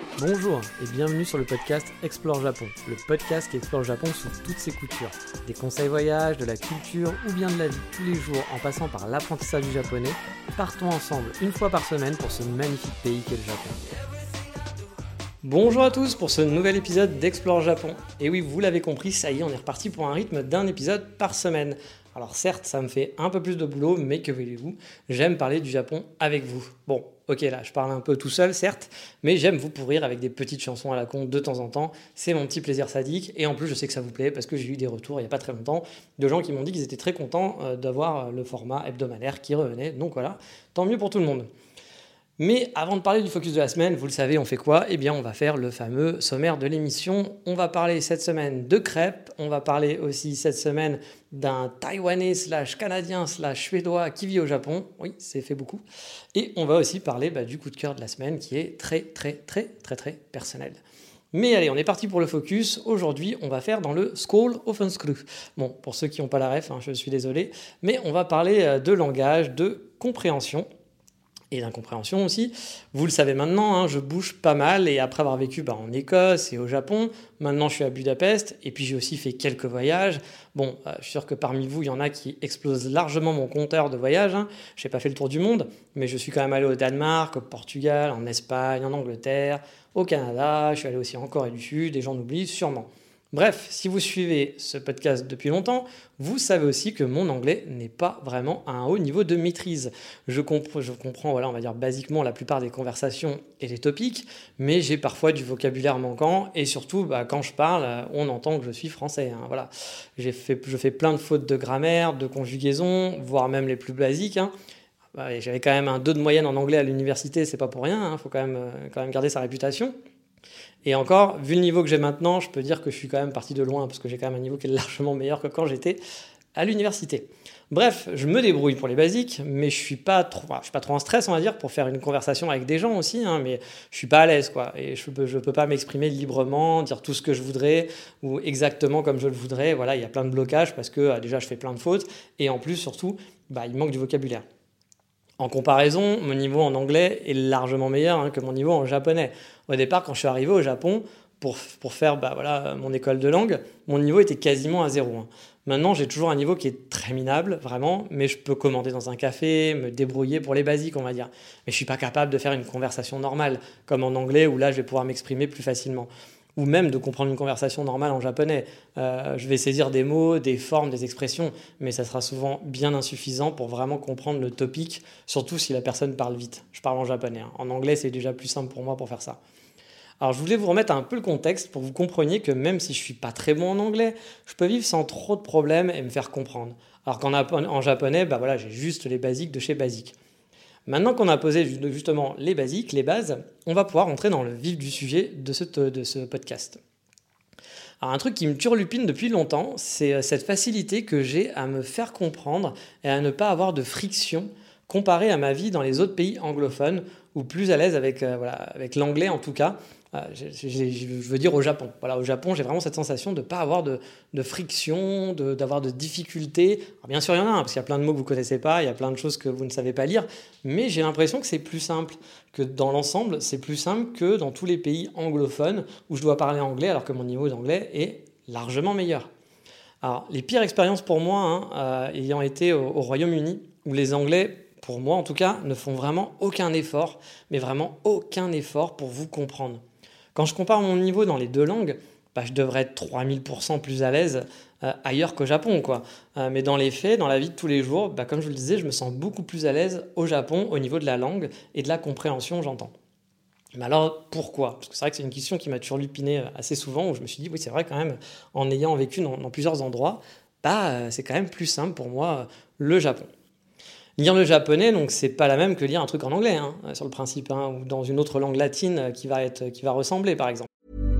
Bonjour et bienvenue sur le podcast Explore Japon, le podcast qui explore le Japon sous toutes ses coutures. Des conseils voyage, de la culture ou bien de la vie tous les jours en passant par l'apprentissage du japonais, partons ensemble une fois par semaine pour ce magnifique pays qu'est le Japon. Bonjour à tous pour ce nouvel épisode d'Explore Japon. Et oui, vous l'avez compris, ça y est, on est reparti pour un rythme d'un épisode par semaine. Alors certes, ça me fait un peu plus de boulot, mais que voulez-vous, j'aime parler du Japon avec vous. Bon, ok, là, je parle un peu tout seul, certes, mais j'aime vous pourrir avec des petites chansons à la con de temps en temps. C'est mon petit plaisir sadique, et en plus, je sais que ça vous plaît, parce que j'ai eu des retours il n'y a pas très longtemps, de gens qui m'ont dit qu'ils étaient très contents d'avoir le format hebdomadaire qui revenait. Donc voilà, tant mieux pour tout le monde. Mais avant de parler du focus de la semaine, vous le savez, on fait quoi ? Eh bien, on va faire le fameux sommaire de l'émission. On va parler cette semaine de crêpes. On va parler aussi cette semaine d'un Taïwanais / Canadien / Suédois qui vit au Japon. Oui, c'est fait beaucoup. Et on va aussi parler du coup de cœur de la semaine qui est très personnel. Mais allez, on est parti pour le focus. Aujourd'hui, on va faire dans le Skål och Fönskru. Bon, pour ceux qui n'ont pas la ref, je suis désolé. Mais on va parler de langage, de compréhension. Et d'incompréhension aussi. Vous le savez maintenant, je bouge pas mal et après avoir vécu en Écosse et au Japon, maintenant je suis à Budapest et puis j'ai aussi fait quelques voyages. Bon, je suis sûr que parmi vous, il y en a qui explosent largement mon compteur de voyages. Je n'ai pas fait le tour du monde, mais je suis quand même allé au Danemark, au Portugal, en Espagne, en Angleterre, au Canada, je suis allé aussi en Corée du Sud et j'en oublie sûrement. Bref, si vous suivez ce podcast depuis longtemps, vous savez aussi que mon anglais n'est pas vraiment à un haut niveau de maîtrise. Je comprends, on va dire basiquement la plupart des conversations et des topics, mais j'ai parfois du vocabulaire manquant et surtout, quand je parle, on entend que je suis français. Voilà. Je fais plein de fautes de grammaire, de conjugaison, voire même les plus basiques. J'avais quand même un 2 de moyenne en anglais à l'université, c'est pas pour rien, faut quand même garder sa réputation. Et encore, vu le niveau que j'ai maintenant, je peux dire que je suis quand même parti de loin, parce que j'ai quand même un niveau qui est largement meilleur que quand j'étais à l'université. Bref, je me débrouille pour les basiques, mais je suis pas trop en stress, on va dire, pour faire une conversation avec des gens aussi, mais je suis pas à l'aise, quoi. Et je peux pas m'exprimer librement, dire tout ce que je voudrais, ou exactement comme je le voudrais. Voilà, il y a plein de blocages, parce que déjà, je fais plein de fautes, et en plus, surtout, il manque du vocabulaire. En comparaison, mon niveau en anglais est largement meilleur que mon niveau en japonais. Au départ, quand je suis arrivé au Japon pour faire mon école de langue, mon niveau était quasiment à 0. Maintenant, j'ai toujours un niveau qui est très minable, vraiment, mais je peux commander dans un café, me débrouiller pour les basiques, on va dire. Mais je ne suis pas capable de faire une conversation normale, comme en anglais, où là, je vais pouvoir m'exprimer plus facilement. Ou même de comprendre une conversation normale en japonais. Je vais saisir des mots, des formes, des expressions, mais ça sera souvent bien insuffisant pour vraiment comprendre le topic, surtout si la personne parle vite. Je parle en japonais. En anglais, c'est déjà plus simple pour moi pour faire ça. Alors, je voulais vous remettre un peu le contexte pour que vous compreniez que même si je ne suis pas très bon en anglais, je peux vivre sans trop de problèmes et me faire comprendre. Alors qu'en japonais, j'ai juste les basiques de chez Basique. Maintenant qu'on a posé justement les basiques, les bases, on va pouvoir rentrer dans le vif du sujet de ce podcast. Alors un truc qui me turlupine depuis longtemps, c'est cette facilité que j'ai à me faire comprendre et à ne pas avoir de friction comparé à ma vie dans les autres pays anglophones ou plus à l'aise avec l'anglais en tout cas. Je veux dire au Japon. Voilà, au Japon, j'ai vraiment cette sensation de ne pas avoir de friction, d'avoir de difficultés. Alors bien sûr, il y en a, parce qu'il y a plein de mots que vous ne connaissez pas, il y a plein de choses que vous ne savez pas lire, mais j'ai l'impression que c'est plus simple, que dans l'ensemble, c'est plus simple que dans tous les pays anglophones où je dois parler anglais alors que mon niveau d'anglais est largement meilleur. Alors, les pires expériences pour moi, ayant été au Royaume-Uni, où les Anglais, pour moi en tout cas, ne font vraiment aucun effort, mais vraiment aucun effort pour vous comprendre. Quand je compare mon niveau dans les 2 langues, je devrais être 3000% plus à l'aise ailleurs qu'au Japon, quoi. Mais dans les faits, dans la vie de tous les jours, comme je le disais, je me sens beaucoup plus à l'aise au Japon au niveau de la langue et de la compréhension, j'entends. Mais alors, pourquoi ? Parce que c'est vrai que c'est une question qui m'a turlupiné assez souvent, où je me suis dit, oui, c'est vrai quand même, en ayant vécu dans plusieurs endroits, c'est quand même plus simple pour moi, le Japon. Lire le japonais, donc c'est pas la même que lire un truc en anglais, sur le principe, ou dans une autre langue latine qui va ressembler, par exemple.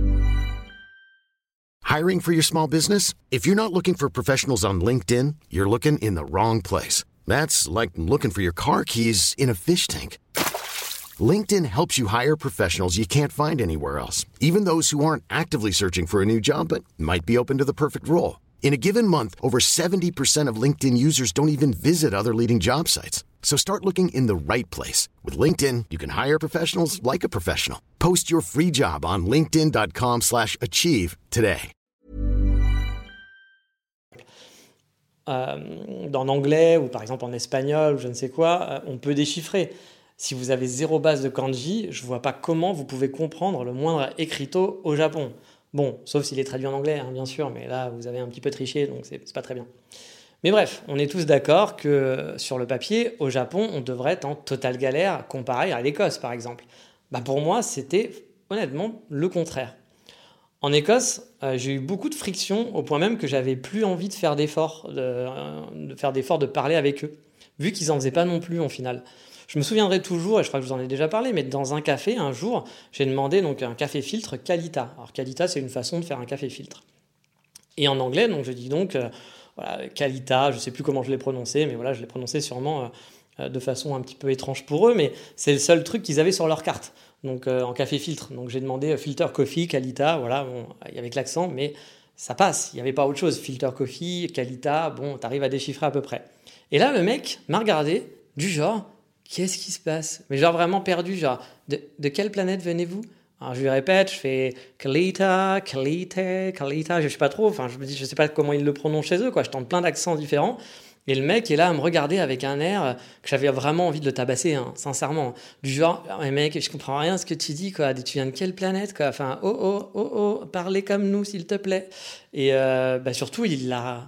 Hiring for your small business? If you're not looking for professionals on LinkedIn, you're looking in the wrong place. That's like looking for your car keys in a fish tank. LinkedIn helps you hire professionals you can't find anywhere else, even those who aren't actively searching for a new job but might be open to the perfect role. In a given month, over 70% of LinkedIn users don't even visit other leading job sites. So start looking in the right place. With LinkedIn, you can hire professionals like a professional. Post your free job on linkedin.com/achieve today. En anglais ou par exemple en espagnol ou je ne sais quoi, on peut déchiffrer. Si vous avez 0 base de kanji, je vois pas comment vous pouvez comprendre le moindre écriteau au Japon. Bon, sauf s'il est traduit en anglais, bien sûr, mais là, vous avez un petit peu triché, donc c'est pas très bien. Mais bref, on est tous d'accord que sur le papier, au Japon, on devrait être en totale galère comparé à l'Écosse, par exemple. Pour moi, c'était honnêtement le contraire. En Écosse, j'ai eu beaucoup de frictions au point même que j'avais plus envie de faire d'efforts, de parler avec eux, vu qu'ils en faisaient pas non plus en final. Je me souviendrai toujours, et je crois que je vous en ai déjà parlé, mais dans un café, un jour, j'ai demandé donc un café filtre Kalita. Alors Kalita, c'est une façon de faire un café filtre. Et en anglais, donc je dis donc voilà, Kalita, je ne sais plus comment je l'ai prononcé, mais voilà, je l'ai prononcé sûrement de façon un petit peu étrange pour eux, mais c'est le seul truc qu'ils avaient sur leur carte. Donc en café filtre. Donc j'ai demandé filter coffee, Kalita, voilà, bon, avec l'accent, mais ça passe, il n'y avait pas autre chose. Filter coffee, Kalita, bon, t'arrives à déchiffrer à peu près. Et là, le mec m'a regardé du genre, qu'est-ce qui se passe? Mais genre vraiment perdu, genre, de quelle planète venez-vous? Alors je lui répète, je fais Kalita, Kalite, Kalita, je sais pas trop, enfin je me dis, je sais pas comment ils le prononcent chez eux, quoi. Je tente plein d'accents différents. Et le mec est là à me regarder avec un air que j'avais vraiment envie de le tabasser, sincèrement. Du genre, oh, mec, je comprends rien à ce que tu dis, quoi. Tu viens de quelle planète, quoi? Enfin, parlez comme nous, s'il te plaît. Et surtout, il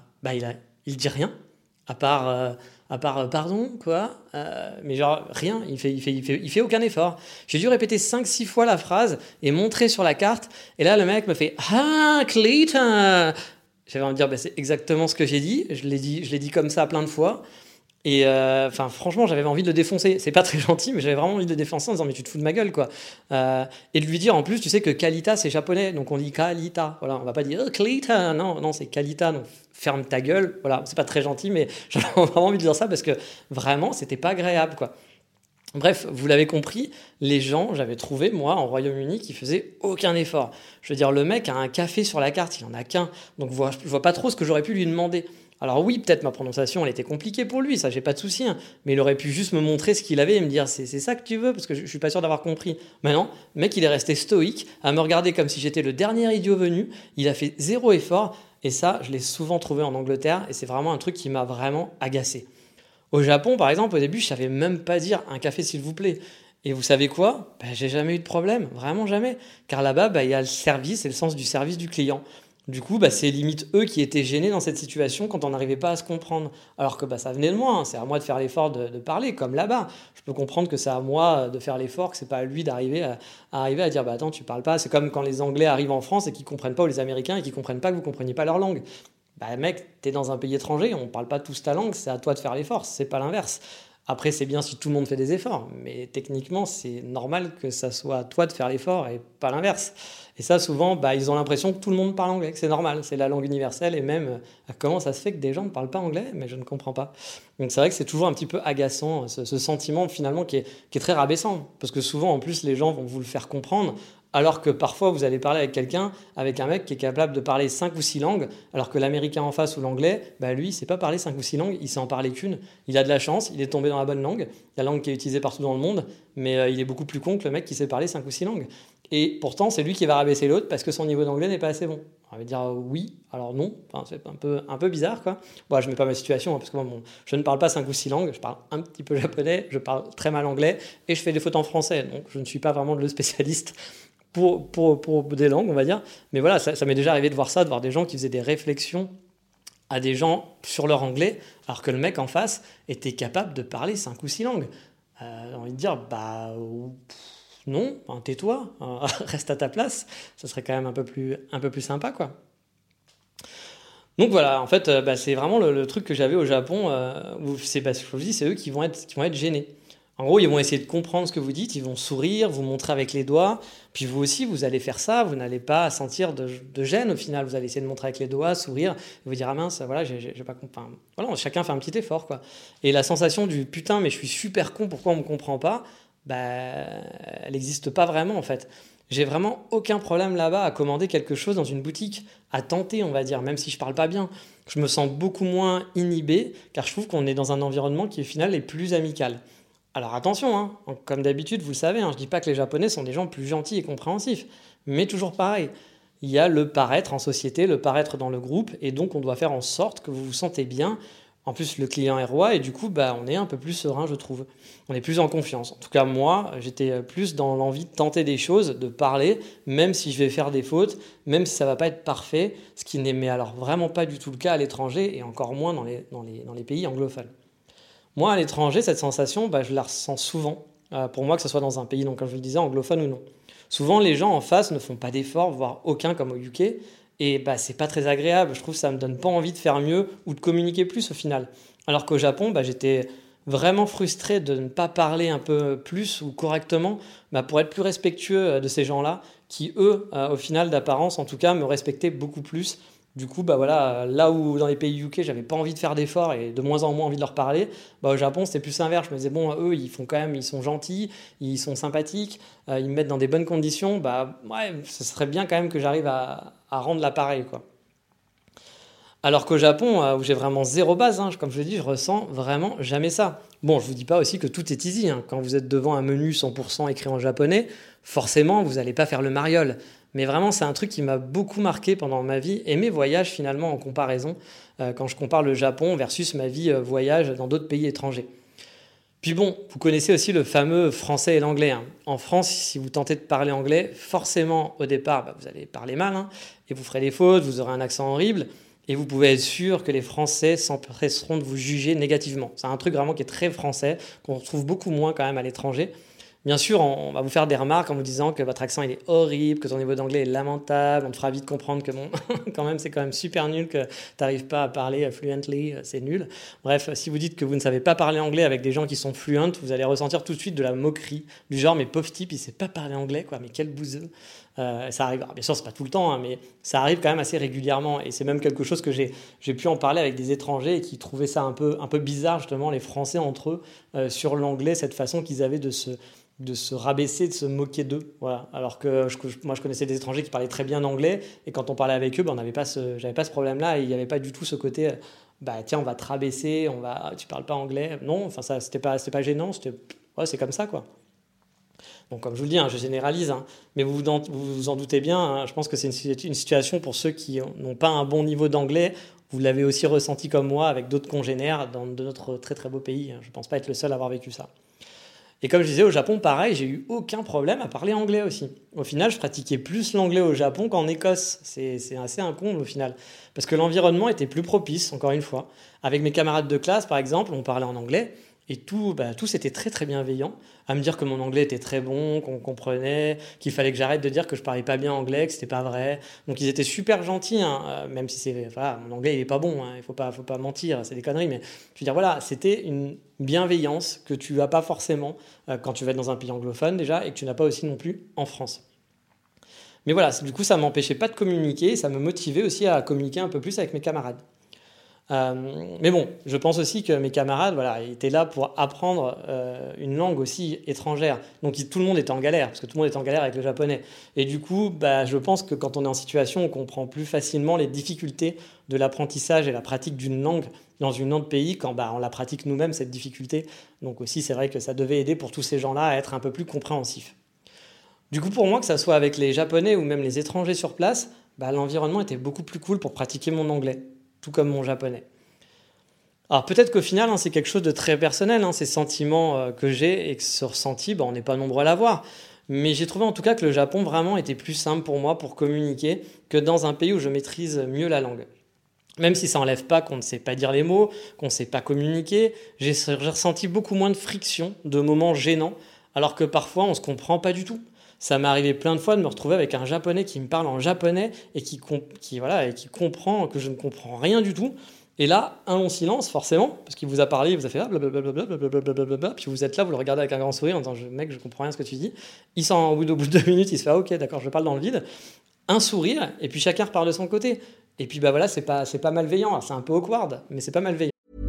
dit rien, à part pardon, quoi. Mais genre, rien, il fait aucun effort. J'ai dû répéter 5-6 fois la phrase et montrer sur la carte. Et là, le mec me fait « Ah, Clayton !» J'avais envie de dire, c'est exactement ce que j'ai dit. Je l'ai dit comme ça plein de fois. Et franchement, j'avais envie de le défoncer. C'est pas très gentil, mais j'avais vraiment envie de le défoncer en disant, mais tu te fous de ma gueule, quoi. Et de lui dire, en plus, tu sais que Kalita, c'est japonais, donc on dit Kalita. Voilà, on va pas dire Kalita. Non, c'est Kalita, donc ferme ta gueule. Voilà, c'est pas très gentil, mais j'avais vraiment envie de dire ça parce que vraiment, c'était pas agréable, quoi. Bref, vous l'avez compris, les gens, j'avais trouvé, moi, en Royaume-Uni, qui faisaient aucun effort. Je veux dire, le mec a un café sur la carte, il en a qu'un. Donc, je vois pas trop ce que j'aurais pu lui demander. Alors oui, peut-être ma prononciation, elle était compliquée pour lui, ça, j'ai pas de souci. Mais il aurait pu juste me montrer ce qu'il avait et me dire, c'est ça que tu veux? Parce que je suis pas sûr d'avoir compris. Mais non, le mec, il est resté stoïque, à me regarder comme si j'étais le dernier idiot venu. Il a fait 0 effort. Et ça, je l'ai souvent trouvé en Angleterre. Et c'est vraiment un truc qui m'a vraiment agacé. Au Japon, par exemple, au début, je savais même pas dire un café s'il vous plaît. Et vous savez quoi? J'ai jamais eu de problème, vraiment jamais. Car là-bas, il y a le service et le sens du service du client. Du coup, c'est limite eux qui étaient gênés dans cette situation quand on n'arrivait pas à se comprendre. Alors que ça venait de moi, c'est à moi de faire l'effort de parler, comme là-bas. Je peux comprendre que c'est à moi de faire l'effort, que c'est pas à lui d'arriver à dire attends, tu parles pas. C'est comme quand les Anglais arrivent en France et qu'ils comprennent pas, ou les Américains et qu'ils comprennent pas que vous compreniez pas leur langue. Mec, t'es dans un pays étranger, on parle pas tous ta langue, c'est à toi de faire l'effort, c'est pas l'inverse. Après, c'est bien si tout le monde fait des efforts, mais techniquement, c'est normal que ça soit à toi de faire l'effort et pas l'inverse. Et ça, souvent, ils ont l'impression que tout le monde parle anglais, que c'est normal, c'est la langue universelle, et même, comment ça se fait que des gens ne parlent pas anglais? Mais je ne comprends pas. Donc c'est vrai que c'est toujours un petit peu agaçant, ce sentiment finalement qui est très rabaissant, parce que souvent, en plus, les gens vont vous le faire comprendre, alors que parfois, vous allez parler avec un mec qui est capable de parler 5 ou 6 langues, alors que l'américain en face ou l'anglais, lui, il sait pas parler 5 ou 6 langues, il sait en parler qu'une. Il a de la chance, il est tombé dans la bonne langue, la langue qui est utilisée partout dans le monde, mais il est beaucoup plus con que le mec qui sait parler 5 ou 6 langues. Et pourtant, c'est lui qui va rabaisser l'autre parce que son niveau d'anglais n'est pas assez bon. On va dire oui, alors non, c'est un peu bizarre, quoi. Bon, je mets pas ma situation, parce que je ne parle pas 5 ou 6 langues, je parle un petit peu japonais, je parle très mal anglais, et je fais des fautes en français, donc je ne suis pas vraiment le spécialiste pour des langues, on va dire. Mais voilà, ça m'est déjà arrivé de voir des gens qui faisaient des réflexions à des gens sur leur anglais, alors que le mec en face était capable de parler 5 ou 6 langues. J'ai envie de dire, non, tais-toi, reste à ta place, ça serait quand même un peu plus sympa, quoi. Donc voilà, en fait, c'est vraiment le truc que j'avais au Japon, je vous dis, c'est eux qui vont être gênés. En gros, ils vont essayer de comprendre ce que vous dites, ils vont sourire, vous montrer avec les doigts, puis vous aussi, vous allez faire ça, vous n'allez pas sentir de gêne au final, vous allez essayer de montrer avec les doigts, sourire, et vous dire ah mince, voilà, j'ai pas compris. Enfin, voilà, chacun fait un petit effort, quoi. Et la sensation du putain, mais je suis super con, pourquoi on me comprend pas? Elle n'existe pas vraiment, en fait. J'ai vraiment aucun problème là-bas à commander quelque chose dans une boutique, à tenter, on va dire, même si je parle pas bien. Je me sens beaucoup moins inhibé, car je trouve qu'on est dans un environnement qui, au final, est plus amical. Alors attention, hein, comme d'habitude, vous le savez, hein, je dis pas que les Japonais sont des gens plus gentils et compréhensifs, mais toujours pareil, il y a le paraître en société, le paraître dans le groupe, et donc on doit faire en sorte que vous vous sentez bien. En plus, le client est roi, et du coup, on est un peu plus serein, je trouve. On est plus en confiance. En tout cas, moi, j'étais plus dans l'envie de tenter des choses, de parler, même si je vais faire des fautes, même si ça va pas être parfait, ce qui n'est mais alors vraiment pas du tout le cas à l'étranger, et encore moins dans les pays anglophones. Moi, à l'étranger, cette sensation, je la ressens souvent, pour moi, que ce soit dans un pays, donc comme je le disais, anglophone ou non. Souvent, les gens en face ne font pas d'efforts, voire aucun, comme au UK, et c'est pas très agréable. Je trouve que ça me donne pas envie de faire mieux ou de communiquer plus au final. Alors qu'au Japon, j'étais vraiment frustré de ne pas parler un peu plus ou correctement pour être plus respectueux de ces gens-là qui, eux, au final, d'apparence, en tout cas, me respectaient beaucoup plus. Du coup, là où dans les pays UK, j'avais pas envie de faire d'efforts et de moins en moins envie de leur parler, au Japon, c'était plus inverse. Je me disais, bon, eux, ils font quand même, ils sont gentils, ils sont sympathiques, ils me mettent dans des bonnes conditions. Ce serait bien quand même que j'arrive à rendre l'appareil, quoi. Alors qu'au Japon, où j'ai vraiment zéro base, comme je l'ai dit, je ressens vraiment jamais ça. Bon, je vous dis pas aussi que tout est easy. Quand vous êtes devant un menu 100% écrit en japonais, forcément, vous n'allez pas faire le mariole. Mais vraiment, c'est un truc qui m'a beaucoup marqué pendant ma vie et mes voyages finalement en comparaison, quand je compare le Japon versus ma vie voyage dans d'autres pays étrangers. Puis bon, vous connaissez aussi le fameux français et l'anglais. En France, si vous tentez de parler anglais, forcément au départ, vous allez parler mal et vous ferez des fautes, vous aurez un accent horrible et vous pouvez être sûr que les Français s'empresseront de vous juger négativement. C'est un truc vraiment qui est très français, qu'on retrouve beaucoup moins quand même à l'étranger. Bien sûr, on va vous faire des remarques en vous disant que votre accent il est horrible, que ton niveau d'anglais est lamentable. On te fera vite comprendre que c'est quand même super nul, que tu n'arrives pas à parler fluently, c'est nul. Bref, si vous dites que vous ne savez pas parler anglais avec des gens qui sont fluents, vous allez ressentir tout de suite de la moquerie, du genre mais pauvre type, il ne sait pas parler anglais, quoi, mais quel bouseux. Ça arrive. Alors, bien sûr, c'est pas tout le temps, mais ça arrive quand même assez régulièrement. Et c'est même quelque chose que j'ai pu en parler avec des étrangers et qui trouvaient ça un peu bizarre, justement, les Français entre eux, sur l'anglais, cette façon qu'ils avaient de se rabaisser, de se moquer d'eux. Voilà. Alors que moi, je connaissais des étrangers qui parlaient très bien anglais, et quand on parlait avec eux, j'avais pas ce problème-là, et il n'y avait pas du tout ce côté, tiens, on va te rabaisser, tu parles pas anglais. Non, enfin, ça, c'était pas gênant, c'est comme ça, quoi. Donc, comme je vous le dis, je généralise, mais vous vous en doutez bien, je pense que c'est une situation pour ceux qui n'ont pas un bon niveau d'anglais. Vous l'avez aussi ressenti comme moi avec d'autres congénères de notre très très beau pays. Je ne pense pas être le seul à avoir vécu ça. Et comme je disais, au Japon, pareil, j'ai eu aucun problème à parler anglais aussi. Au final, je pratiquais plus l'anglais au Japon qu'en Écosse. C'est assez un comble au final. Parce que l'environnement était plus propice, encore une fois. Avec mes camarades de classe, par exemple, on parlait en anglais. Et tous étaient très très bienveillants à me dire que mon anglais était très bon, qu'on comprenait, qu'il fallait que j'arrête de dire que je parlais pas bien anglais, que c'était pas vrai. Donc ils étaient super gentils, même si mon anglais il est pas bon, il faut pas mentir, c'est des conneries, mais je veux dire voilà, c'était une bienveillance que tu as pas forcément quand tu vas être dans un pays anglophone déjà, et que tu n'as pas aussi non plus en France. Mais voilà, du coup ça m'empêchait pas de communiquer, et ça me motivait aussi à communiquer un peu plus avec mes camarades. Mais bon, je pense aussi que mes camarades étaient là pour apprendre une langue aussi étrangère. Donc tout le monde était en galère, parce que tout le monde est en galère avec le japonais. Et du coup, je pense que quand on est en situation, on comprend plus facilement les difficultés de l'apprentissage et la pratique d'une langue dans un autre pays quand on la pratique nous-mêmes, cette difficulté. Donc aussi, c'est vrai que ça devait aider pour tous ces gens-là à être un peu plus compréhensifs. Du coup, pour moi, que ça soit avec les Japonais ou même les étrangers sur place, l'environnement était beaucoup plus cool pour pratiquer mon anglais, tout comme mon japonais. Alors peut-être qu'au final, c'est quelque chose de très personnel, ces sentiments que j'ai, et que ce ressenti, on n'est pas nombreux à l'avoir. Mais j'ai trouvé en tout cas que le Japon vraiment était plus simple pour moi pour communiquer que dans un pays où je maîtrise mieux la langue. Même si ça n'enlève pas qu'on ne sait pas dire les mots, qu'on ne sait pas communiquer, j'ai ressenti beaucoup moins de friction, de moments gênants, alors que parfois on ne se comprend pas du tout. Ça m'est arrivé plein de fois de me retrouver avec un japonais qui me parle en japonais et qui comprend que je ne comprends rien du tout. Et là, un long silence, forcément, parce qu'il vous a parlé, il vous a fait blablabla, puis vous êtes là, vous le regardez avec un grand sourire en disant mec, je comprends rien ce que tu dis. Au bout de 2 minutes, il se fait ok, d'accord, je parle dans le vide. Un sourire, et puis chacun repart de son côté. Et puis c'est pas malveillant, c'est un peu awkward, mais c'est pas malveillant.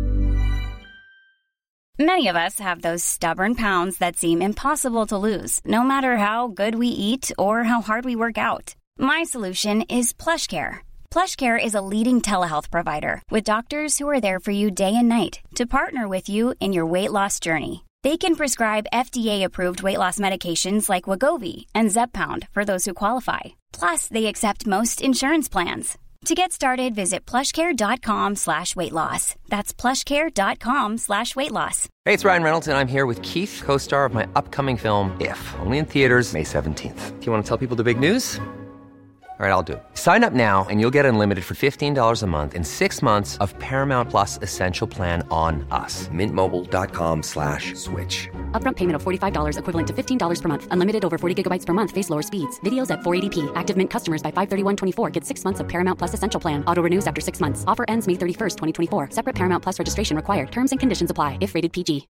Many of us have those stubborn pounds that seem impossible to lose, no matter how good we eat or how hard we work out. My solution is PlushCare. PlushCare is a leading telehealth provider with doctors who are there for you day and night to partner with you in your weight loss journey. They can prescribe FDA-approved weight loss medications like Wegovy and Zepbound for those who qualify. Plus, they accept most insurance plans. To get started, visit plushcare.com/weightloss. That's plushcare.com/weightloss. Hey, it's Ryan Reynolds, and I'm here with Keith, co-star of my upcoming film, If, only in theaters May 17th. Do you want to tell people the big news? All right, I'll do it. Sign up now and you'll get unlimited for $15 a month and 6 months of Paramount Plus Essential Plan on us. Mintmobile.com/switch. Upfront payment of $45 equivalent to $15 per month. Unlimited over 40 gigabytes per month. Face lower speeds. Videos at 480p. Active Mint customers by 531.24 get 6 months of Paramount Plus Essential Plan. Auto renews after 6 months. Offer ends May 31st, 2024. Separate Paramount Plus registration required. Terms and conditions apply if rated PG.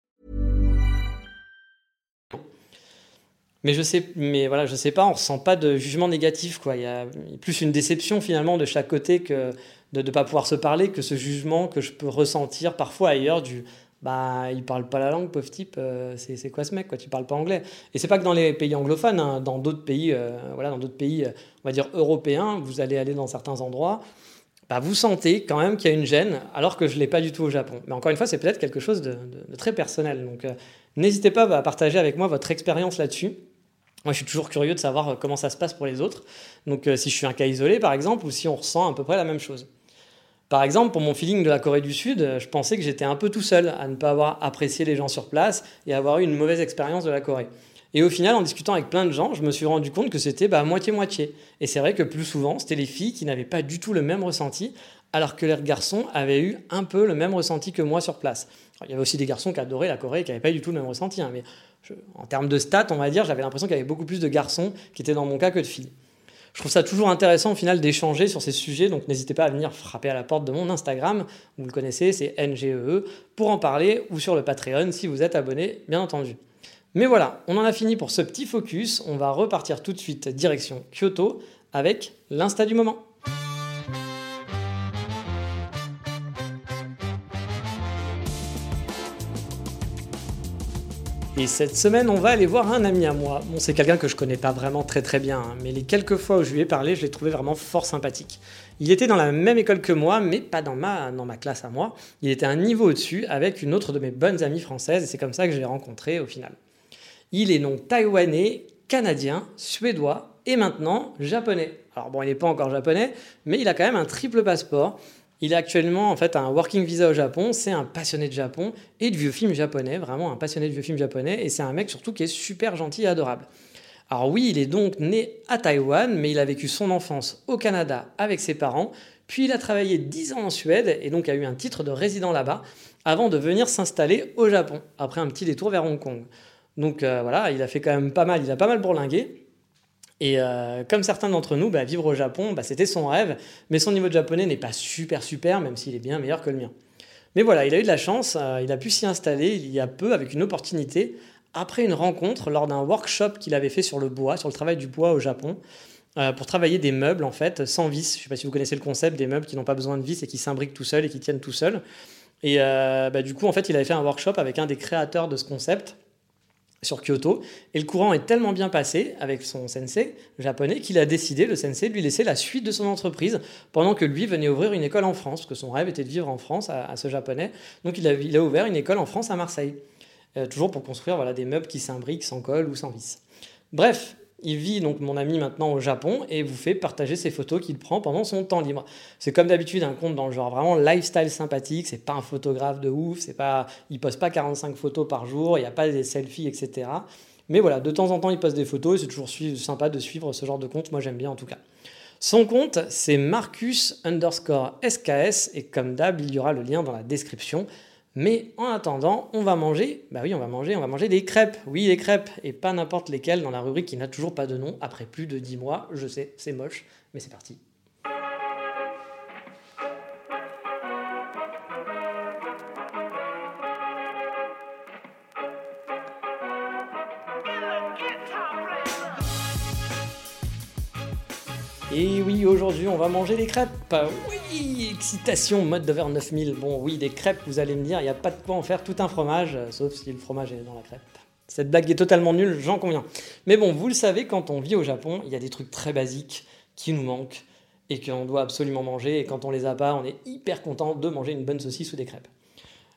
Mais je sais pas, on ressent pas de jugement négatif, quoi. Il y a plus une déception finalement de chaque côté que de ne pas pouvoir se parler, que ce jugement que je peux ressentir parfois ailleurs il parle pas la langue, pauvre type, c'est quoi ce mec, quoi, tu parles pas anglais. Et c'est pas que dans les pays anglophones, hein, dans d'autres pays, on va dire européens, vous allez aller dans certains endroits, vous sentez quand même qu'il y a une gêne, alors que je l'ai pas du tout au Japon. Mais encore une fois, c'est peut-être quelque chose de très personnel. Donc n'hésitez pas à partager avec moi votre expérience là-dessus. Moi, je suis toujours curieux de savoir comment ça se passe pour les autres. Donc, si je suis un cas isolé, par exemple, ou si on ressent à peu près la même chose. Par exemple, pour mon feeling de la Corée du Sud, je pensais que j'étais un peu tout seul à ne pas avoir apprécié les gens sur place et avoir eu une mauvaise expérience de la Corée. Et au final, en discutant avec plein de gens, je me suis rendu compte que c'était moitié-moitié. Et c'est vrai que plus souvent, c'était les filles qui n'avaient pas du tout le même ressenti, alors que les garçons avaient eu un peu le même ressenti que moi sur place. Alors, il y avait aussi des garçons qui adoraient la Corée et qui n'avaient pas du tout le même ressenti, hein, mais en termes de stats, on va dire, j'avais l'impression qu'il y avait beaucoup plus de garçons qui étaient dans mon cas que de filles. Je trouve ça toujours intéressant au final d'échanger sur ces sujets, donc n'hésitez pas à venir frapper à la porte de mon Instagram, vous le connaissez, c'est NGEE, pour en parler, ou sur le Patreon si vous êtes abonné, bien entendu. Mais voilà, on en a fini pour ce petit focus, on va repartir tout de suite direction Kyoto avec l'Insta du moment. Et cette semaine, on va aller voir un ami à moi. Bon, c'est quelqu'un que je connais pas vraiment très bien, hein, mais les quelques fois où je lui ai parlé, je l'ai trouvé vraiment fort sympathique. Il était dans la même école que moi, mais pas dans ma classe à moi. Il était un niveau au-dessus avec une autre de mes bonnes amies françaises, et c'est comme ça que je l'ai rencontré au final. Il est donc taïwanais, canadien, suédois et maintenant japonais. Alors bon, il n'est pas encore japonais, mais il a quand même un triple passeport. Il a actuellement en fait un working visa au Japon, c'est un passionné de Japon et de vieux films japonais, vraiment un passionné de vieux films japonais, et c'est un mec surtout qui est super gentil et adorable. Alors oui, il est donc né à Taïwan, mais il a vécu son enfance au Canada avec ses parents, puis il a travaillé 10 ans en Suède et donc a eu un titre de résident là-bas avant de venir s'installer au Japon, après un petit détour vers Hong Kong. Donc voilà, il a fait quand même pas mal, il a pas mal bourlingué. Et comme certains d'entre nous, vivre au Japon, c'était son rêve, mais son niveau de japonais n'est pas super, même s'il est bien meilleur que le mien. Mais voilà, il a eu de la chance, il a pu s'y installer il y a peu avec une opportunité, après une rencontre lors d'un workshop qu'il avait fait sur le bois, sur le travail du bois au Japon, pour travailler des meubles en fait, sans vis. Je ne sais pas si vous connaissez le concept des meubles qui n'ont pas besoin de vis et qui s'imbriquent tout seuls et qui tiennent tout seuls. Et du coup, en fait, il avait fait un workshop avec un des créateurs de ce concept, sur Kyoto, et le courant est tellement bien passé avec son sensei japonais qu'il a décidé, le sensei, de lui laisser la suite de son entreprise pendant que lui venait ouvrir une école en France, parce que son rêve était de vivre en France à ce japonais. Donc il a ouvert une école en France à Marseille, toujours pour construire des meubles qui s'imbriquent sans colle ou sans vis. Bref, il vit donc mon ami maintenant au Japon et vous fait partager ses photos qu'il prend pendant son temps libre. C'est comme d'habitude un compte dans le genre vraiment lifestyle sympathique, c'est pas un photographe de ouf, il poste pas 45 photos par jour, il n'y a pas des selfies, etc. Mais voilà, de temps en temps il poste des photos et c'est toujours sympa de suivre ce genre de compte, moi j'aime bien en tout cas. Son compte c'est Marcus_SKS et comme d'hab il y aura le lien dans la description. Mais en attendant, on va manger des crêpes. Oui, des crêpes, et pas n'importe lesquelles dans la rubrique qui n'a toujours pas de nom après plus de 10 mois. Je sais, c'est moche, mais c'est parti. Et oui, aujourd'hui, on va manger des crêpes. Oui, excitation, mode de vers 9000. Bon, oui, des crêpes, vous allez me dire, il n'y a pas de quoi en faire tout un fromage, sauf si le fromage est dans la crêpe. Cette blague est totalement nulle, j'en conviens. Mais bon, vous le savez, quand on vit au Japon, il y a des trucs très basiques qui nous manquent et qu'on doit absolument manger. Et quand on les a pas, on est hyper content de manger une bonne saucisse ou des crêpes.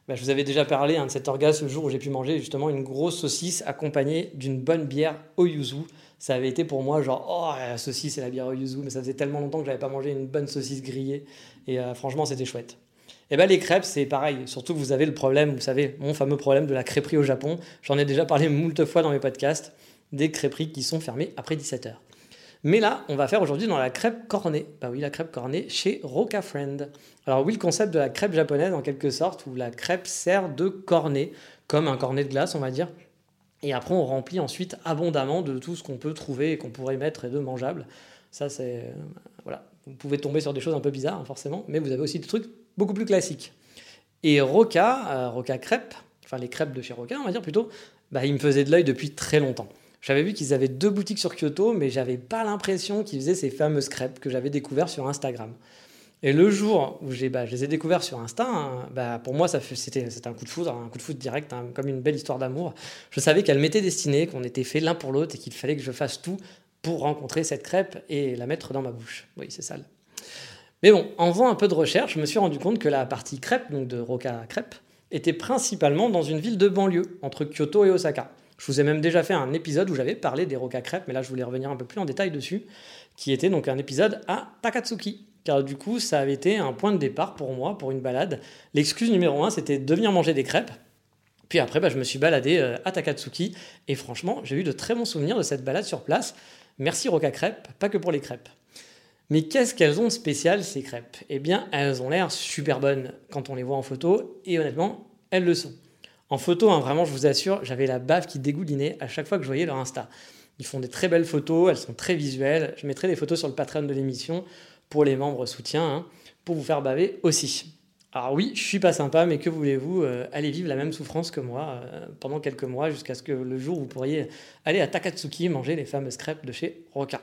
Je vous avais déjà parlé de cet orgasme le jour où j'ai pu manger justement une grosse saucisse accompagnée d'une bonne bière au yuzu. Ça avait été pour moi genre, oh la saucisse et la bière au yuzu, mais ça faisait tellement longtemps que j'avais pas mangé une bonne saucisse grillée. Et franchement, c'était chouette. Et les crêpes, c'est pareil. Surtout que vous avez le problème, vous savez, mon fameux problème de la crêperie au Japon. J'en ai déjà parlé moult fois dans mes podcasts, des crêperies qui sont fermées après 17h. Mais là, on va faire aujourd'hui dans la crêpe cornée. Oui, la crêpe cornée chez Roca Friend. Alors oui, le concept de la crêpe japonaise, en quelque sorte, où la crêpe sert de cornet, comme un cornet de glace, on va dire. Et après, on remplit ensuite abondamment de tout ce qu'on peut trouver et qu'on pourrait mettre de mangeable. Ça, c'est... voilà. Vous pouvez tomber sur des choses un peu bizarres, forcément, mais vous avez aussi des trucs beaucoup plus classiques. Et Roca Crêpes, enfin les crêpes de chez Roca, on va dire plutôt, ils me faisaient de l'œil depuis très longtemps. J'avais vu qu'ils avaient 2 boutiques sur Kyoto, mais j'avais pas l'impression qu'ils faisaient ces fameuses crêpes que j'avais découvertes sur Instagram. Et le jour où je les ai découvertes sur Insta, pour moi, c'était un coup de foudre direct, comme une belle histoire d'amour. Je savais qu'elles m'étaient destinées, qu'on était faits l'un pour l'autre et qu'il fallait que je fasse tout pour rencontrer cette crêpe et la mettre dans ma bouche. Oui, c'est sale. Mais bon, en faisant un peu de recherche, je me suis rendu compte que la partie crêpe, donc de Roca Crêpes, était principalement dans une ville de banlieue, entre Kyoto et Osaka. Je vous ai même déjà fait un épisode où j'avais parlé des Roca Crêpes, mais là je voulais revenir un peu plus en détail dessus, qui était donc un épisode à Takatsuki. Car du coup, ça avait été un point de départ pour moi, pour une balade. L'excuse numéro 1, c'était de venir manger des crêpes. Puis après, je me suis baladé à Takatsuki. Et franchement, j'ai eu de très bons souvenirs de cette balade sur place. Merci Roca Crêpes, pas que pour les crêpes. Mais qu'est-ce qu'elles ont de spécial, ces crêpes ? Eh bien, elles ont l'air super bonnes quand on les voit en photo. Et honnêtement, elles le sont. En photo, vraiment, je vous assure, j'avais la bave qui dégoulinait à chaque fois que je voyais leur Insta. Ils font des très belles photos, elles sont très visuelles. Je mettrai des photos sur le Patreon de l'émission pour les membres soutiens, pour vous faire baver aussi. Alors oui, je suis pas sympa, mais que voulez-vous, allez vivre la même souffrance que moi pendant quelques mois, jusqu'à ce que le jour où vous pourriez aller à Takatsuki manger les fameuses crêpes de chez Roca.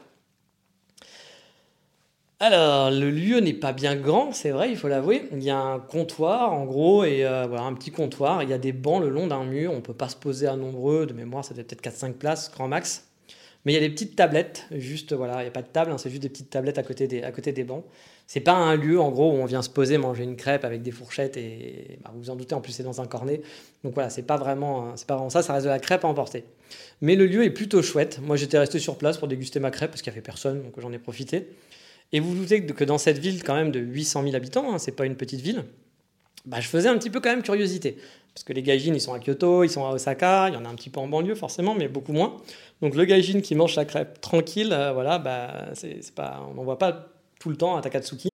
Alors, le lieu n'est pas bien grand, c'est vrai, il faut l'avouer. Il y a un comptoir, en gros, et un petit comptoir. Il y a des bancs le long d'un mur. On ne peut pas se poser à nombreux. De mémoire, ça doit peut-être 4-5 places, grand max. Mais il y a des petites tablettes, juste, il n'y a pas de table, c'est juste des petites tablettes à côté des bancs. C'est pas un lieu, en gros, où on vient se poser, manger une crêpe avec des fourchettes et vous vous en doutez, en plus, c'est dans un cornet. Donc voilà, c'est pas vraiment ça reste de la crêpe à emporter. Mais le lieu est plutôt chouette. Moi, j'étais resté sur place pour déguster ma crêpe parce qu'il n'y avait personne, donc j'en ai profité. Et vous vous doutez que dans cette ville, quand même, de 800 000 habitants, c'est pas une petite ville, je faisais un petit peu quand même curiosité. Parce que les gaijins, ils sont à Kyoto, ils sont à Osaka, il y en a un petit peu en banlieue forcément, mais beaucoup moins. Donc le gaijin qui mange sa crêpe tranquille, c'est pas, on n'en voit pas tout le temps à Takatsuki.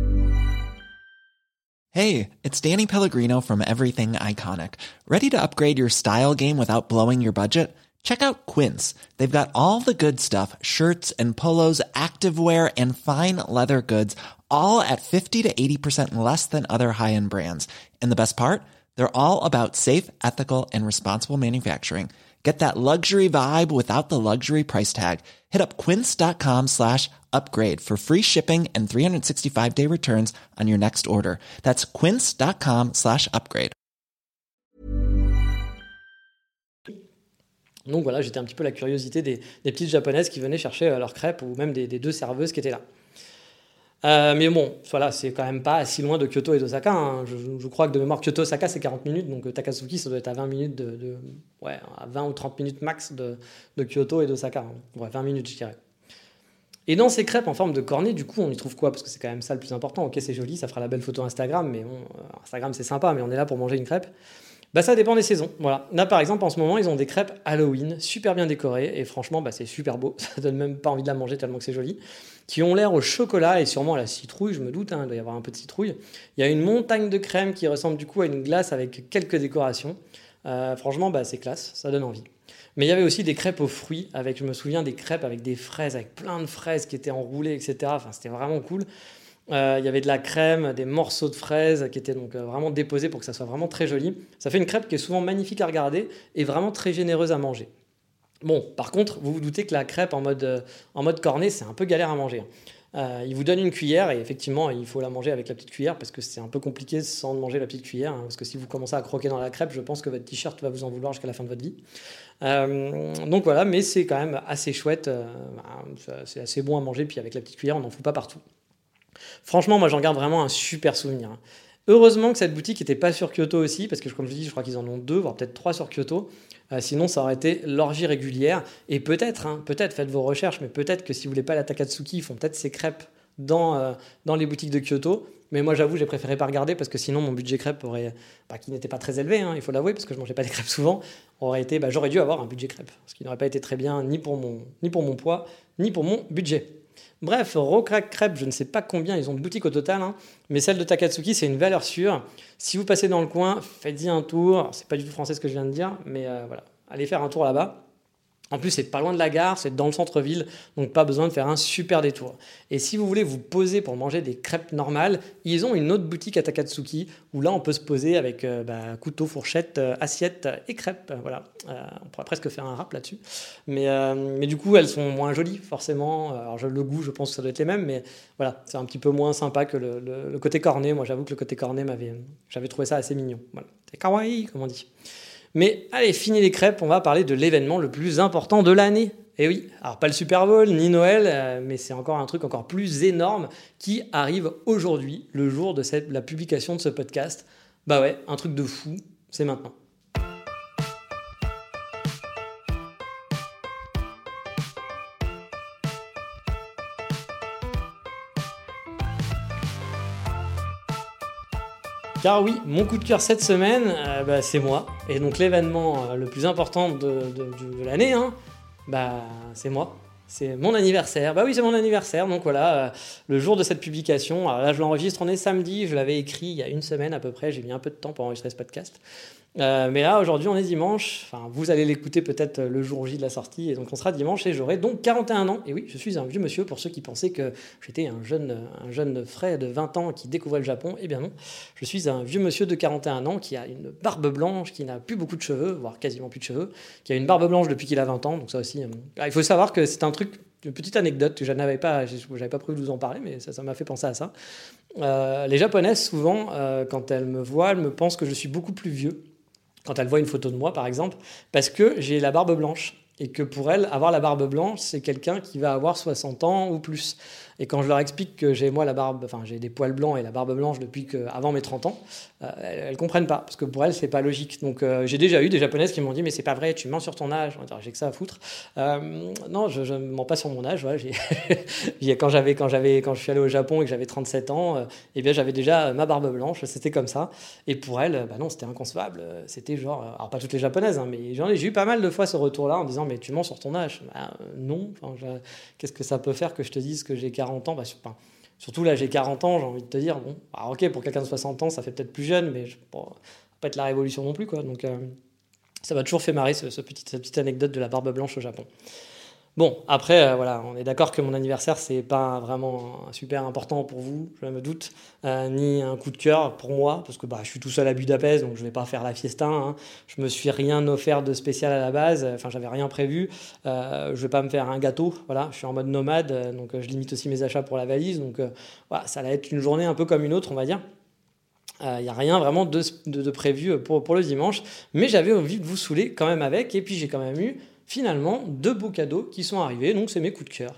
Hey, it's Danny Pellegrino from Everything Iconic. Ready to upgrade your style game without blowing your budget? Check out Quince. They've got all the good stuff, shirts and polos, activewear, and fine leather goods, all at 50 to 80% less than other high-end brands. And the best part? They're all about safe, ethical, and responsible manufacturing. Get that luxury vibe without the luxury price tag. Hit up quince.com/upgrade for free shipping and 365-day returns on your next order. That's quince.com/upgrade. Donc voilà, j'étais un petit peu la curiosité des petites japonaises qui venaient chercher leurs crêpes ou même des 2 serveuses qui étaient là. Mais bon, voilà, c'est quand même pas si loin de Kyoto et d'Osaka. Je crois que de mémoire, Kyoto-Osaka, c'est 40 minutes, donc Takatsuki, ça doit être à 20 minutes à 20 ou 30 minutes max de Kyoto et d'Osaka. 20 minutes, je dirais. Et dans ces crêpes en forme de cornet, du coup, on y trouve quoi ? Parce que c'est quand même ça le plus important. Ok, c'est joli, ça fera la belle photo Instagram, mais bon, Instagram, c'est sympa, mais on est là pour manger une crêpe. Ça dépend des saisons. Voilà. Là, par exemple, en ce moment, ils ont des crêpes Halloween, super bien décorées, et franchement, c'est super beau. Ça donne même pas envie de la manger tellement que c'est joli. Qui ont l'air au chocolat et sûrement à la citrouille, je me doute, il doit y avoir un peu de citrouille. Il y a une montagne de crème qui ressemble du coup à une glace avec quelques décorations. Franchement, c'est classe, ça donne envie. Mais il y avait aussi des crêpes aux fruits, je me souviens des crêpes avec des fraises, avec plein de fraises qui étaient enroulées, etc. Enfin, c'était vraiment cool. Il y avait de la crème, des morceaux de fraises qui étaient donc vraiment déposés pour que ça soit vraiment très joli. Ça fait une crêpe qui est souvent magnifique à regarder et vraiment très généreuse à manger. Bon, par contre, vous vous doutez que la crêpe en mode cornet, c'est un peu galère à manger. Il vous donne une cuillère et effectivement, il faut la manger avec la petite cuillère parce que c'est un peu compliqué sans manger la petite cuillère. Parce que si vous commencez à croquer dans la crêpe, je pense que votre t-shirt va vous en vouloir jusqu'à la fin de votre vie. Donc voilà, mais c'est quand même assez chouette. C'est assez bon à manger, puis avec la petite cuillère, on n'en fout pas partout. Franchement, moi, j'en garde vraiment un super souvenir. Heureusement que cette boutique n'était pas sur Kyoto aussi, parce que comme je vous dis, je crois qu'ils en ont 2, voire peut-être 3 sur Kyoto. Sinon, ça aurait été l'orgie régulière. Et peut-être, faites vos recherches, mais peut-être que si vous voulez pas la Takatsuki, ils font peut-être ces crêpes dans les boutiques de Kyoto. Mais moi, j'avoue, j'ai préféré pas regarder parce que sinon, mon budget crêpes qui n'était pas très élevé, il faut l'avouer, parce que je mangeais pas des crêpes souvent, j'aurais dû avoir un budget crêpes, ce qui n'aurait pas été très bien ni pour mon poids, ni pour mon budget. Bref, Rocrac Crêpes, je ne sais pas combien ils ont de boutiques au total, mais celle de Takatsuki, c'est une valeur sûre. Si vous passez dans le coin, faites-y un tour. Alors, c'est pas du tout français ce que je viens de dire, mais voilà, allez faire un tour là-bas. En plus, c'est pas loin de la gare, c'est dans le centre-ville, donc pas besoin de faire un super détour. Et si vous voulez vous poser pour manger des crêpes normales, ils ont une autre boutique à Takatsuki, où là, on peut se poser avec couteau, fourchette, assiette et crêpes. Voilà. On pourrait presque faire un rap là-dessus. Mais du coup, elles sont moins jolies, forcément. Alors, le goût, je pense que ça doit être les mêmes, mais voilà, c'est un petit peu moins sympa que le côté cornet. Moi, j'avoue que le côté cornet, j'avais trouvé ça assez mignon. Voilà. C'est kawaii, comme on dit. Mais allez, fini les crêpes, on va parler de l'événement le plus important de l'année. Et oui, alors pas le Super Bowl ni Noël, mais c'est encore un truc encore plus énorme qui arrive aujourd'hui, le jour de la publication de ce podcast. Bah ouais, un truc de fou, c'est maintenant. Car oui, mon coup de cœur cette semaine, c'est moi. Et donc l'événement le plus important de l'année, c'est moi. C'est mon anniversaire. Bah oui, c'est mon anniversaire. Donc voilà, le jour de cette publication. Alors là, je l'enregistre, on est samedi. Je l'avais écrit il y a une semaine à peu près. J'ai mis un peu de temps pour enregistrer ce podcast. Mais là, aujourd'hui, on est dimanche. Enfin, vous allez l'écouter peut-être le jour J de la sortie. Et donc, on sera dimanche et j'aurai donc 41 ans. Et oui, je suis un vieux monsieur pour ceux qui pensaient que j'étais un jeune frais de 20 ans qui découvrait le Japon. Eh bien non, je suis un vieux monsieur de 41 ans qui a une barbe blanche, qui n'a plus beaucoup de cheveux, voire quasiment plus de cheveux, qui a une barbe blanche depuis qu'il a 20 ans. Donc ça aussi, il faut savoir que c'est un truc, une petite anecdote que j'avais pas prévu de vous en parler, mais ça m'a fait penser à ça. Les Japonaises, souvent, quand elles me voient, elles me pensent que je suis beaucoup plus vieux. Quand elle voit une photo de moi, par exemple, parce que j'ai la barbe blanche. Et que pour elle, avoir la barbe blanche, c'est quelqu'un qui va avoir 60 ans ou plus. Et quand je leur explique que j'ai des poils blancs et la barbe blanche depuis avant mes 30 ans, elles comprennent pas, parce que pour elles, c'est pas logique. Donc j'ai déjà eu des Japonaises qui m'ont dit « mais c'est pas vrai, tu mens sur ton âge ». J'ai que ça à foutre. Non, je mens pas sur mon âge. Voilà, quand je suis allé au Japon et que j'avais 37 ans, j'avais déjà ma barbe blanche, c'était comme ça. Et pour elles, non, c'était inconcevable. C'était genre, alors pas toutes les Japonaises, mais j'ai eu pas mal de fois ce retour-là en disant « mais tu mens sur ton âge ». Non, qu'est-ce que ça peut faire que je te dise que j'ai 40 ans, surtout là j'ai 40 ans, j'ai envie de te dire, bon, ok, pour quelqu'un de 60 ans ça fait peut-être plus jeune, mais ça va pas être la révolution non plus, quoi. Donc ça m'a toujours fait marrer cette petite anecdote de la barbe blanche au Japon. Bon, après, voilà, on est d'accord que mon anniversaire, c'est pas vraiment super important pour vous, je me doute, ni un coup de cœur pour moi, parce que je suis tout seul à Budapest, donc je vais pas faire la fiesta. Je me suis rien offert de spécial à la base, j'avais rien prévu. Je vais pas me faire un gâteau, voilà, je suis en mode nomade, donc je limite aussi mes achats pour la valise, donc voilà, ça va être une journée un peu comme une autre, on va dire. Il n'y a rien vraiment de prévu pour le dimanche, mais j'avais envie de vous saouler quand même avec, et puis j'ai quand même eu finalement 2 beaux cadeaux qui sont arrivés, donc c'est mes coups de cœur.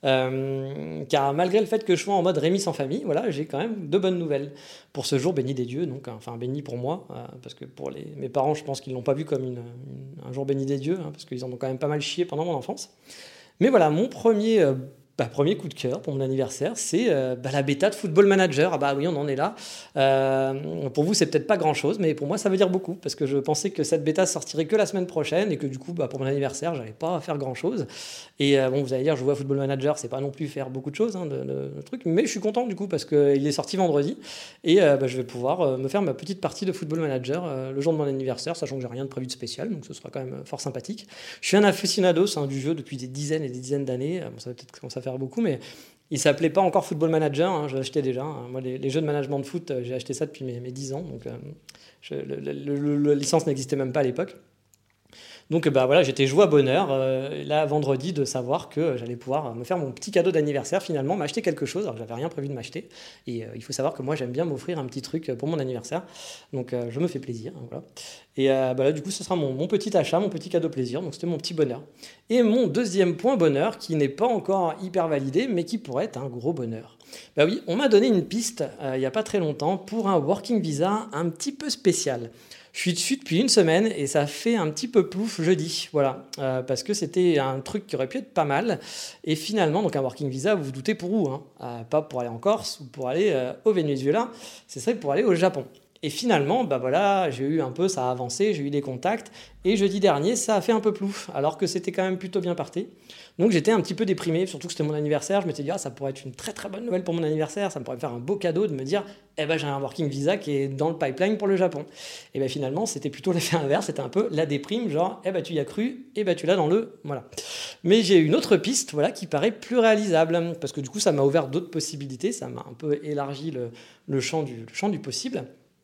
Car malgré le fait que je sois en mode Rémi sans famille, voilà, j'ai quand même 2 bonnes nouvelles pour ce jour béni des dieux, donc béni pour moi, parce que pour mes parents, je pense qu'ils l'ont pas vu comme un jour béni des dieux, parce qu'ils en ont quand même pas mal chié pendant mon enfance. Mais voilà, mon premier coup de cœur pour mon anniversaire, c'est la bêta de Football Manager. Ah bah oui, on en est là. Pour vous, c'est peut-être pas grand-chose, mais pour moi, ça veut dire beaucoup, parce que je pensais que cette bêta sortirait que la semaine prochaine, et que du coup, pour mon anniversaire, j'allais pas faire grand-chose. Et vous allez dire, jouer à Football Manager, c'est pas non plus faire beaucoup de choses, de trucs, mais je suis content du coup, parce qu'il est sorti vendredi, et je vais pouvoir me faire ma petite partie de Football Manager le jour de mon anniversaire, sachant que j'ai rien de prévu de spécial, donc ce sera quand même fort sympathique. Je suis un aficionado du jeu depuis des dizaines et des dizaines d'années. Ça va peut-être commencer à faire beaucoup, mais il s'appelait pas encore Football Manager, je l'achetais déjà. Moi, les jeux de management de foot, j'ai acheté ça depuis mes 10 ans, donc la licence n'existait même pas à l'époque. Donc voilà, j'étais joie bonheur là vendredi de savoir que j'allais pouvoir me faire mon petit cadeau d'anniversaire finalement, m'acheter quelque chose. Alors j'avais rien prévu de m'acheter et il faut savoir que moi j'aime bien m'offrir un petit truc pour mon anniversaire. Donc je me fais plaisir, hein, voilà. Et là du coup ce sera mon petit achat, mon petit cadeau plaisir. Donc c'était mon petit bonheur. Et mon deuxième point bonheur qui n'est pas encore hyper validé mais qui pourrait être un gros bonheur. Bah oui, on m'a donné une piste il n'y a pas très longtemps pour un working visa un petit peu spécial. Je suis dessus depuis une semaine et ça fait un petit peu plouf jeudi, voilà, parce que c'était un truc qui aurait pu être pas mal. Et finalement, donc un working visa, vous vous doutez pour où, hein, pas pour aller en Corse ou pour aller au Venezuela, c'est ça, pour aller au Japon. Et finalement, bah voilà, j'ai eu un peu, ça a avancé, j'ai eu des contacts, et jeudi dernier, ça a fait un peu plouf, alors que c'était quand même plutôt bien parti. Donc j'étais un petit peu déprimé, surtout que c'était mon anniversaire, je m'étais dit, ça pourrait être une très très bonne nouvelle pour mon anniversaire, ça me pourrait me faire un beau cadeau de me dire, j'ai un working visa qui est dans le pipeline pour le Japon. Et bien finalement, c'était plutôt l'effet inverse, c'était un peu la déprime, genre, tu y as cru, et tu l'as dans le... Voilà. Mais j'ai une autre piste, voilà, qui paraît plus réalisable, parce que du coup, ça m'a ouvert d'autres possibilités, ça m'a un peu élargi le champ du possible.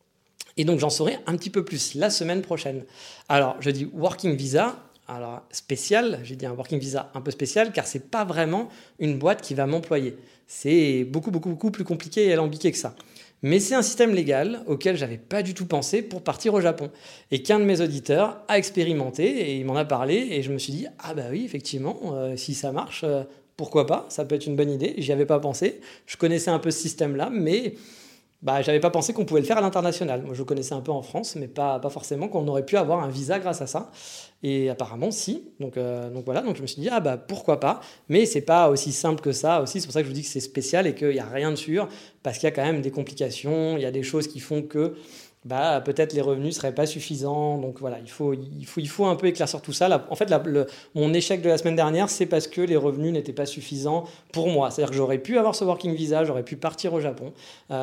Et donc, j'en saurai un petit peu plus la semaine prochaine. Alors, je dis working visa, alors spécial, j'ai dit un working visa un peu spécial, car c'est pas vraiment une boîte qui va m'employer. C'est beaucoup plus compliqué et alambiqué que ça. Mais c'est un système légal auquel j'avais pas du tout pensé pour partir au Japon. Et qu'un de mes auditeurs a expérimenté et il m'en a parlé. Et je me suis dit, oui, effectivement, si ça marche, pourquoi pas, ça peut être une bonne idée. J'y avais pas pensé. Je connaissais un peu ce système-là, mais... j'avais pas pensé qu'on pouvait le faire à l'international. Moi, je connaissais un peu en France, mais pas forcément qu'on aurait pu avoir un visa grâce à ça. Et apparemment, si. Donc voilà, donc je me suis dit, pourquoi pas. Mais c'est pas aussi simple que ça aussi. C'est pour ça que je vous dis que c'est spécial et qu'il n'y a rien de sûr, parce qu'il y a quand même des complications, il y a des choses qui font que peut-être les revenus ne seraient pas suffisants. Donc voilà, il faut un peu éclaircir tout ça. Là, en fait, mon échec de la semaine dernière, c'est parce que les revenus n'étaient pas suffisants pour moi. C'est-à-dire que j'aurais pu avoir ce working visa, j'aurais pu partir au Japon.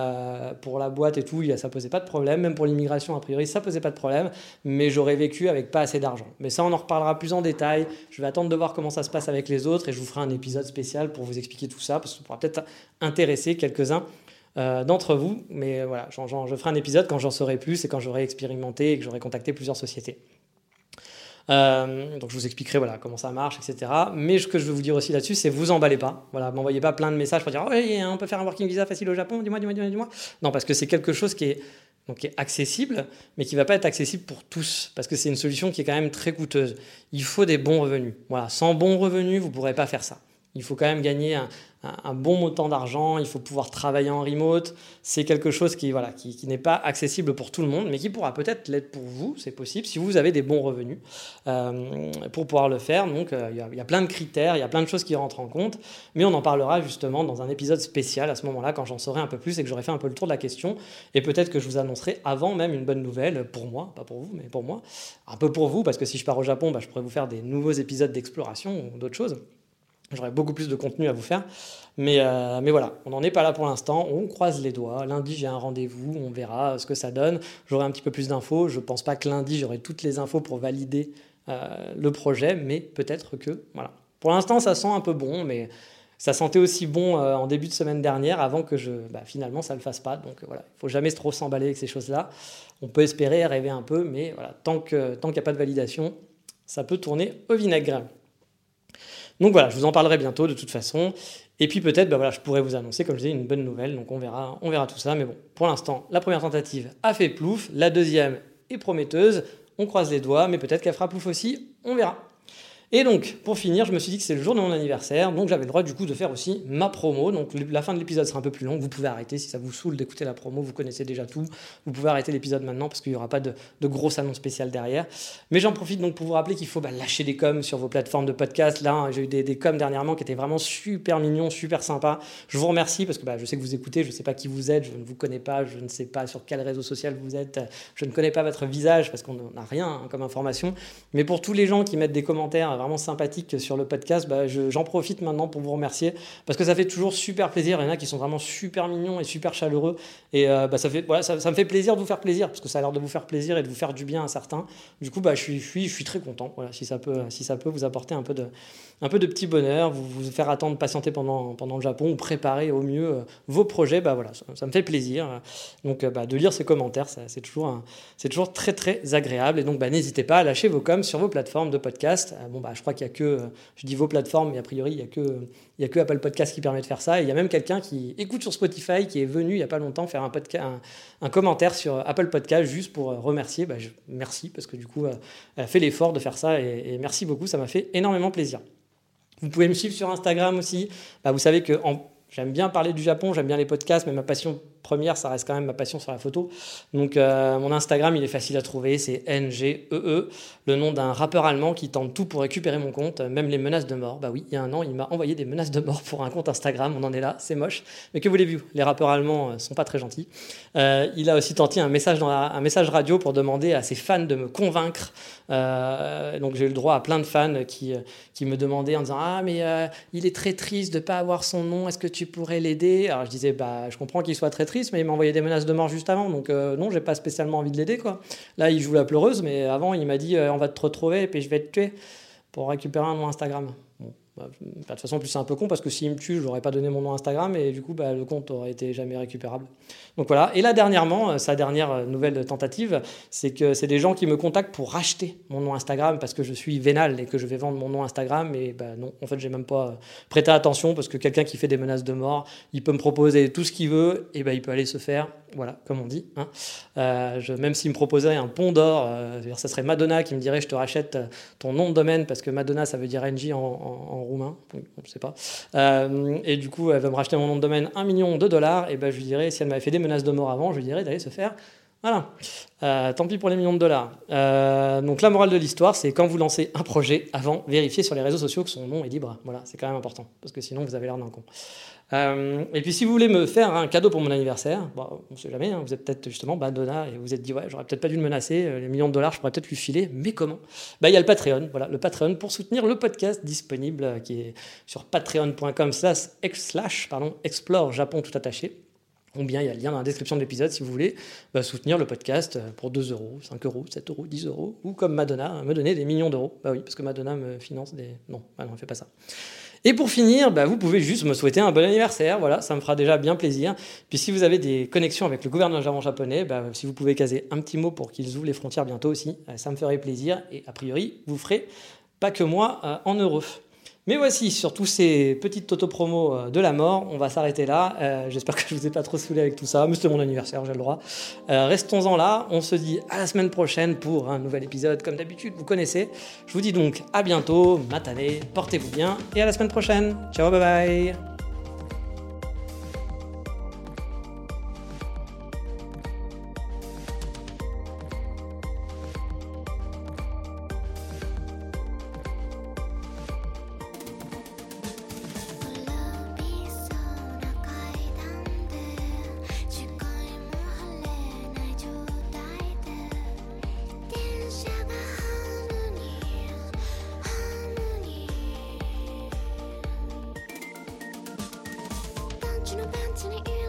Pour la boîte et tout, ça ne posait pas de problème. Même pour l'immigration, a priori, ça ne posait pas de problème. Mais j'aurais vécu avec pas assez d'argent. Mais ça, on en reparlera plus en détail. Je vais attendre de voir comment ça se passe avec les autres et je vous ferai un épisode spécial pour vous expliquer tout ça, parce que ça pourra peut-être intéresser quelques-uns d'entre vous, mais voilà, je ferai un épisode quand j'en saurai plus et quand j'aurai expérimenté et que j'aurai contacté plusieurs sociétés. Donc je vous expliquerai comment ça marche, etc. Mais ce que je veux vous dire aussi là-dessus, c'est vous emballez pas. Voilà, m'envoyez pas plein de messages pour dire on peut faire un working visa facile au Japon, dis-moi. Non, parce que c'est quelque chose qui est accessible, mais qui ne va pas être accessible pour tous, parce que c'est une solution qui est quand même très coûteuse. Il faut des bons revenus. Voilà, sans bons revenus, vous ne pourrez pas faire ça. Il faut quand même gagner un bon montant d'argent, il faut pouvoir travailler en remote. C'est quelque chose qui n'est pas accessible pour tout le monde, mais qui pourra peut-être l'être pour vous, c'est possible, si vous avez des bons revenus pour pouvoir le faire. Donc il y a plein de critères, il y a plein de choses qui rentrent en compte, mais on en parlera justement dans un épisode spécial à ce moment-là, quand j'en saurai un peu plus et que j'aurai fait un peu le tour de la question. Et peut-être que je vous annoncerai avant même une bonne nouvelle pour moi, pas pour vous, mais pour moi. Un peu pour vous, parce que si je pars au Japon, je pourrais vous faire des nouveaux épisodes d'exploration ou d'autres choses. J'aurai beaucoup plus de contenu à vous faire. Mais voilà, on n'en est pas là pour l'instant. On croise les doigts. Lundi, j'ai un rendez-vous. On verra ce que ça donne. J'aurai un petit peu plus d'infos. Je ne pense pas que lundi, j'aurai toutes les infos pour valider le projet. Mais peut-être que... Voilà. Pour l'instant, ça sent un peu bon. Mais ça sentait aussi bon en début de semaine dernière avant que finalement, ça ne le fasse pas. Donc voilà, il ne faut jamais trop s'emballer avec ces choses-là. On peut espérer, rêver un peu. Mais voilà, tant qu'il n'y a pas de validation, ça peut tourner au vinaigre. Donc voilà, je vous en parlerai bientôt de toute façon. Et puis peut-être, je pourrais vous annoncer, comme je disais, une bonne nouvelle. Donc on verra tout ça. Mais bon, pour l'instant, la première tentative a fait plouf. La deuxième est prometteuse. On croise les doigts, mais peut-être qu'elle fera plouf aussi. On verra. Et donc, pour finir, je me suis dit que c'est le jour de mon anniversaire, donc j'avais le droit du coup de faire aussi ma promo. Donc la fin de l'épisode sera un peu plus longue, vous pouvez arrêter si ça vous saoule d'écouter la promo, vous connaissez déjà tout. Vous pouvez arrêter l'épisode maintenant parce qu'il n'y aura pas de grosse annonce spéciale derrière. Mais j'en profite donc pour vous rappeler qu'il faut lâcher des coms sur vos plateformes de podcast. Là, j'ai eu des coms dernièrement qui étaient vraiment super mignons, super sympas. Je vous remercie parce que je sais que vous écoutez, je ne sais pas qui vous êtes, je ne vous connais pas, je ne sais pas sur quel réseau social vous êtes, je ne connais pas votre visage parce qu'on n'a rien comme information. Mais pour tous les gens qui mettent des commentaires vraiment sympathiques sur le podcast, j'en profite maintenant pour vous remercier parce que ça fait toujours super plaisir. Il y en a qui sont vraiment super mignons et super chaleureux et ça me fait plaisir de vous faire plaisir parce que ça a l'air de vous faire plaisir et de vous faire du bien à certains. Du coup, je suis très content. Voilà, si ça peut vous apporter un peu de petit bonheur, vous faire attendre, patienter pendant le Japon ou préparer au mieux vos projets, ça me fait plaisir. Donc, de lire ces commentaires, c'est toujours très très agréable. Et donc, n'hésitez pas à lâcher vos coms sur vos plateformes de podcast. Je crois qu'il y a que, je dis vos plateformes, mais a priori, il y a que Apple Podcast qui permet de faire ça. Et il y a même quelqu'un qui écoute sur Spotify qui est venu il y a pas longtemps faire un commentaire sur Apple Podcast juste pour remercier. Merci parce que du coup, elle a fait l'effort de faire ça et merci beaucoup. Ça m'a fait énormément plaisir. Vous pouvez me suivre sur Instagram aussi. Vous savez que j'aime bien parler du Japon, j'aime bien les podcasts, mais ma passion première, ça reste quand même ma passion sur la photo. Donc, mon Instagram, il est facile à trouver, c'est NGEE, le nom d'un rappeur allemand qui tente tout pour récupérer mon compte, même les menaces de mort. Oui, il y a un an, il m'a envoyé des menaces de mort pour un compte Instagram, on en est là, c'est moche. Mais que voulez-vous, les rappeurs allemands sont pas très gentils. Il a aussi tenté un message radio pour demander à ses fans de me convaincre. Donc, j'ai eu le droit à plein de fans qui me demandaient en disant « Ah, mais il est très triste de pas avoir son nom, est-ce que tu pourrais l'aider ?» Alors, je disais « Je comprends qu'il soit très triste, mais il m'a envoyé des menaces de mort juste avant, donc non, j'ai pas spécialement envie de l'aider, quoi. » Là, il joue la pleureuse, mais avant, il m'a dit on va te retrouver et puis je vais te tuer pour récupérer un nom Instagram. Bon, de toute façon, en plus, c'est un peu con parce que s'il me tue, je n'aurais pas donné mon nom Instagram et du coup, le compte aurait été jamais récupérable. Donc voilà. Et là, dernièrement, sa dernière nouvelle tentative, c'est que c'est des gens qui me contactent pour racheter mon nom Instagram parce que je suis vénal et que je vais vendre mon nom Instagram. Et non, en fait, j'ai même pas prêté attention parce que quelqu'un qui fait des menaces de mort, il peut me proposer tout ce qu'il veut et il peut aller se faire, voilà, comme on dit. Même s'il me proposait un pont d'or, ça serait Madonna qui me dirait je te rachète ton nom de domaine parce que Madonna, ça veut dire NG en roumain, je sais pas. Et du coup, elle va me racheter mon nom de domaine $1 million, et je lui dirais, si elle m'avait fait des menaces de mort avant, je lui dirais d'aller se faire. Voilà. Tant pis pour les millions de dollars. Donc la morale de l'histoire, c'est quand vous lancez un projet, avant, vérifiez sur les réseaux sociaux que son nom est libre. Voilà, c'est quand même important, parce que sinon vous avez l'air d'un con. Et puis si vous voulez me faire un cadeau pour mon anniversaire, on ne sait jamais, vous êtes peut-être justement Madonna et vous vous êtes dit j'aurais peut-être pas dû le menacer, les millions de dollars je pourrais peut-être lui filer, mais comment ? Il y a le Patreon, voilà, le Patreon pour soutenir le podcast disponible qui est sur patreon.com/explore Japon tout attaché. Ou bien il y a le lien dans la description de l'épisode si vous voulez soutenir le podcast pour 2 €, 5 €, 7 €, 10 €, ou comme Madonna, me donner des millions d'euros. Oui, parce que Madonna me finance des... Non, elle ne fait pas ça. Et pour finir, vous pouvez juste me souhaiter un bon anniversaire, voilà, ça me fera déjà bien plaisir. Puis si vous avez des connexions avec le gouvernement japonais, si vous pouvez caser un petit mot pour qu'ils ouvrent les frontières bientôt aussi, ça me ferait plaisir. Et a priori, vous ferez pas que moi en heureux. Mais voici, sur tous ces petites auto-promos de la mort, on va s'arrêter là. J'espère que je vous ai pas trop saoulé avec tout ça, mais c'était mon anniversaire, j'ai le droit. Restons-en là, on se dit à la semaine prochaine pour un nouvel épisode, comme d'habitude, vous connaissez. Je vous dis donc à bientôt, matane, portez-vous bien, et à la semaine prochaine. Ciao, bye bye. パンチに